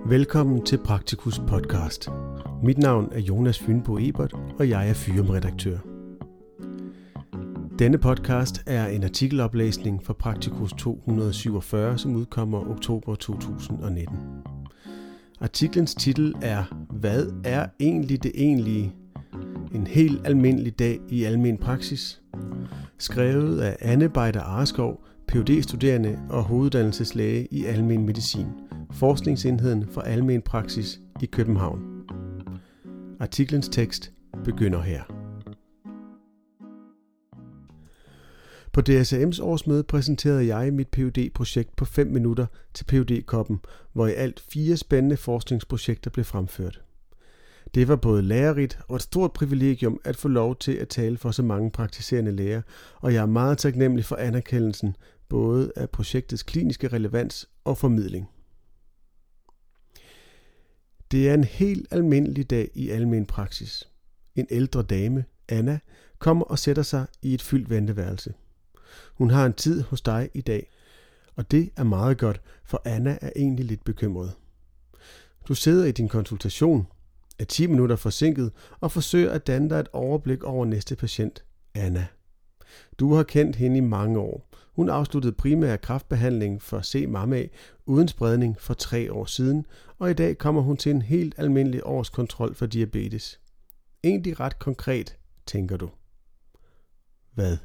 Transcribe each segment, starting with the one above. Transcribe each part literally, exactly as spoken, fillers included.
Velkommen til Practicus podcast. Mit navn er Jonas Fynbo Ebert, og jeg er Fyrum-redaktør. Denne podcast er en artikeloplæsning fra Practicus to hundrede syvogfyrre, som udkommer oktober to tusind og nitten. Artiklens titel er Hvad er egentlig det egentlige? En helt almindelig dag i almen praksis. Skrevet af Anne Bejder Areskov, P H D-studerende og hoveduddannelseslæge i almen medicin, Forskningsenheden for almen praksis i København. Artiklens tekst begynder her. På D S A M's årsmøde præsenterede jeg mit P H D-projekt på fem minutter til P H D-koppen, hvor i alt fire spændende forskningsprojekter blev fremført. Det var både lærerigt og et stort privilegium at få lov til at tale for så mange praktiserende læger, og jeg er meget taknemmelig for anerkendelsen, både af projektets kliniske relevans og formidling. Det er en helt almindelig dag i almen praksis. En ældre dame, Anna, kommer og sætter sig i et fyldt venteværelse. Hun har en tid hos dig i dag, og det er meget godt, for Anna er egentlig lidt bekymret. Du sidder i din konsultation, er ti minutter forsinket og forsøger at danne dig et overblik over næste patient, Anna. Du har kendt hende i mange år. Hun afsluttede primær kræftbehandling for C M A uden spredning for tre år siden, og i dag kommer hun til en helt almindelig årskontrol for diabetes. Egentlig ret konkret, tænker du. Hvad?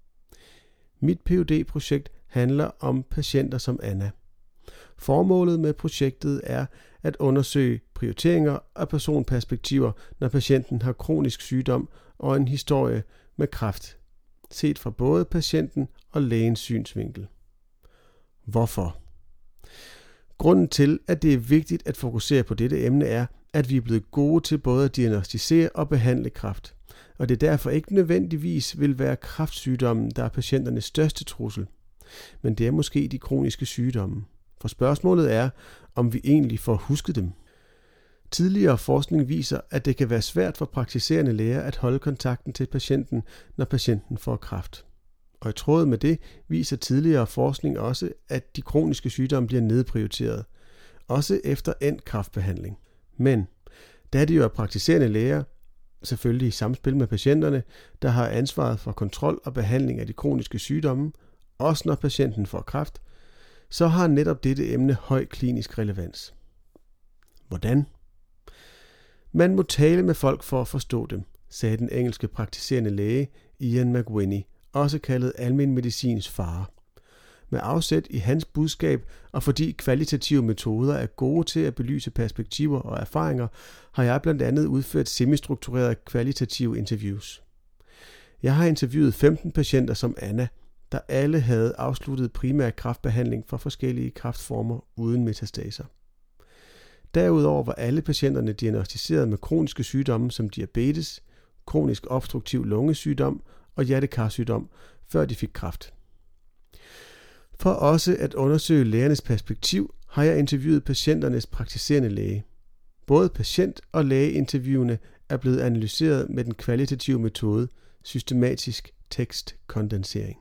Mit P H D-projekt handler om patienter som Anna. Formålet med projektet er at undersøge prioriteringer og personperspektiver, når patienten har kronisk sygdom og en historie med kræft, set fra både patienten og lægens synsvinkel. Hvorfor? Grunden til, at det er vigtigt at fokusere på dette emne er, at vi er blevet gode til både at diagnosticere og behandle kræft, og det derfor ikke nødvendigvis vil være kræftsygdommen, der er patienternes største trussel, men det er måske de kroniske sygdomme. For spørgsmålet er, om vi egentlig får husket dem. Tidligere forskning viser, at det kan være svært for praktiserende læger at holde kontakten til patienten, når patienten får kræft. Og i tråd med det viser tidligere forskning også, at de kroniske sygdomme bliver nedprioriteret, også efter endt kræftbehandling. Men da det jo er praktiserende læger, selvfølgelig i samspil med patienterne, der har ansvaret for kontrol og behandling af de kroniske sygdomme, også når patienten får kræft, så har netop dette emne høj klinisk relevans. Hvordan? Man må tale med folk for at forstå dem, sagde den engelske praktiserende læge Ian McWhinney, også kaldet almen medicins far. Med afsæt i hans budskab, og fordi kvalitative metoder er gode til at belyse perspektiver og erfaringer, har jeg blandt andet udført semistrukturerede kvalitative interviews. Jeg har interviewet femten patienter som Anna, der alle havde afsluttet primær kræftbehandling for forskellige kræftformer uden metastaser. Derudover var alle patienterne diagnosticeret med kroniske sygdomme som diabetes, kronisk obstruktiv lungesygdom og hjertekarsygdom, før de fik kræft. For også at undersøge lægernes perspektiv, har jeg interviewet patienternes praktiserende læge. Både patient- og lægeinterviewene er blevet analyseret med den kvalitative metode, systematisk tekstkondensering.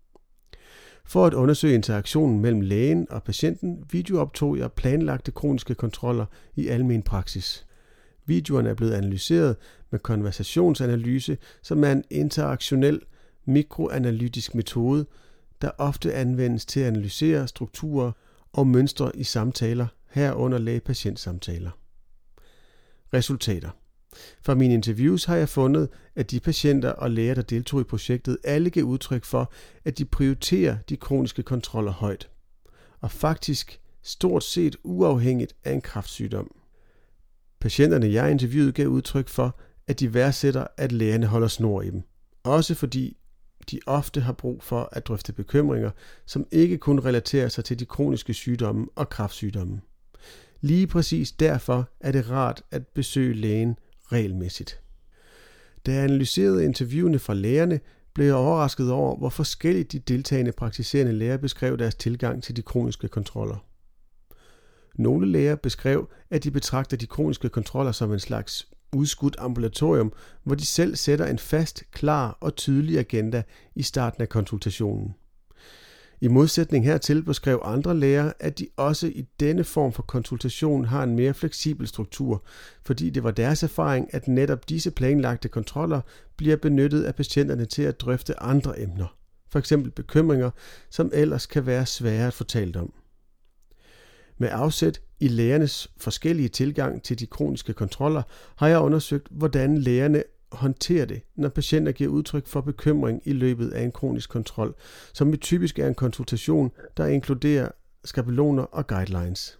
For at undersøge interaktionen mellem lægen og patienten, videooptog jeg planlagte kroniske kontroller i almen praksis. Videoerne er blevet analyseret med konversationsanalyse, som er en interaktionel mikroanalytisk metode, der ofte anvendes til at analysere strukturer og mønstre i samtaler, herunder læge-patientsamtaler. Resultater. Fra mine interviews har jeg fundet, at de patienter og læger, der deltog i projektet, alle gav udtryk for, at de prioriterer de kroniske kontroller højt, og faktisk stort set uafhængigt af en kræftsygdom. Patienterne, jeg interviewede, gav udtryk for, at de værdsætter, at lægerne holder snor i dem, også fordi de ofte har brug for at drøfte bekymringer, som ikke kun relaterer sig til de kroniske sygdomme og kræftsygdomme. Lige præcis derfor er det rart at besøge lægen regelmæssigt. Da jeg analyserede interviewene fra lægerne, blev jeg overrasket over, hvor forskelligt de deltagende praktiserende læger beskrev deres tilgang til de kroniske kontroller. Nogle læger beskrev, at de betragter de kroniske kontroller som en slags udskudt ambulatorium, hvor de selv sætter en fast, klar og tydelig agenda i starten af konsultationen. I modsætning hertil beskrev andre læger, at de også i denne form for konsultation har en mere fleksibel struktur, fordi det var deres erfaring, at netop disse planlagte kontroller bliver benyttet af patienterne til at drøfte andre emner, f.eks. bekymringer, som ellers kan være svære at få talt om. Med afsæt i lægernes forskellige tilgang til de kroniske kontroller, har jeg undersøgt, hvordan lægerne håndterer det, når patienter giver udtryk for bekymring i løbet af en kronisk kontrol, som jo typisk er en konsultation, der inkluderer skabeloner og guidelines.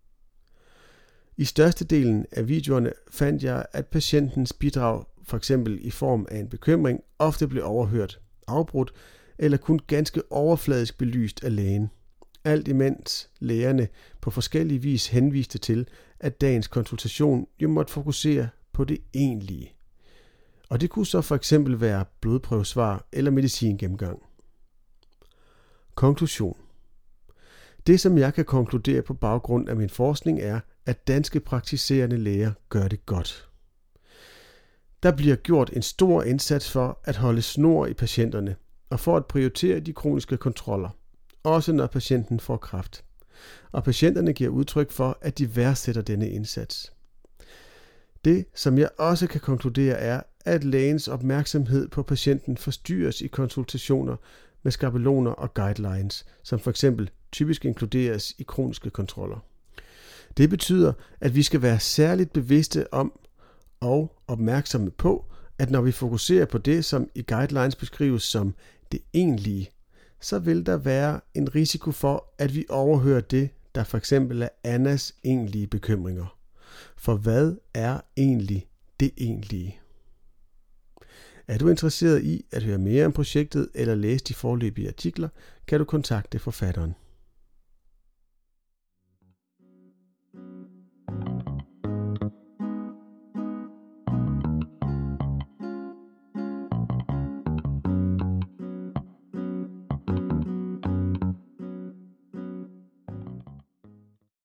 I størstedelen af videoerne fandt jeg, at patientens bidrag, f.eks. i form af en bekymring, ofte blev overhørt, afbrudt eller kun ganske overfladisk belyst af lægen. Alt imens lægerne på forskellige vis henviste til, at dagens konsultation jo måtte fokusere på det egentlige. Og det kunne så for eksempel være blodprøvesvar eller medicingennemgang. Konklusion. Det, som jeg kan konkludere på baggrund af min forskning, er, at danske praktiserende læger gør det godt. Der bliver gjort en stor indsats for at holde snor i patienterne og for at prioritere de kroniske kontroller, også når patienten får kræft. Og patienterne giver udtryk for, at de værdsætter denne indsats. Det, som jeg også kan konkludere, er, at lægens opmærksomhed på patienten forstyrres i konsultationer med skabeloner og guidelines, som for eksempel typisk inkluderes i kroniske kontroller. Det betyder, at vi skal være særligt bevidste om og opmærksomme på, at når vi fokuserer på det, som i guidelines beskrives som det egentlige, så vil der være en risiko for, at vi overhører det, der for eksempel er Annas egentlige bekymringer. For hvad er egentlig det egentlige? Er du interesseret i at høre mere om projektet eller læse de foreløbige artikler, kan du kontakte forfatteren.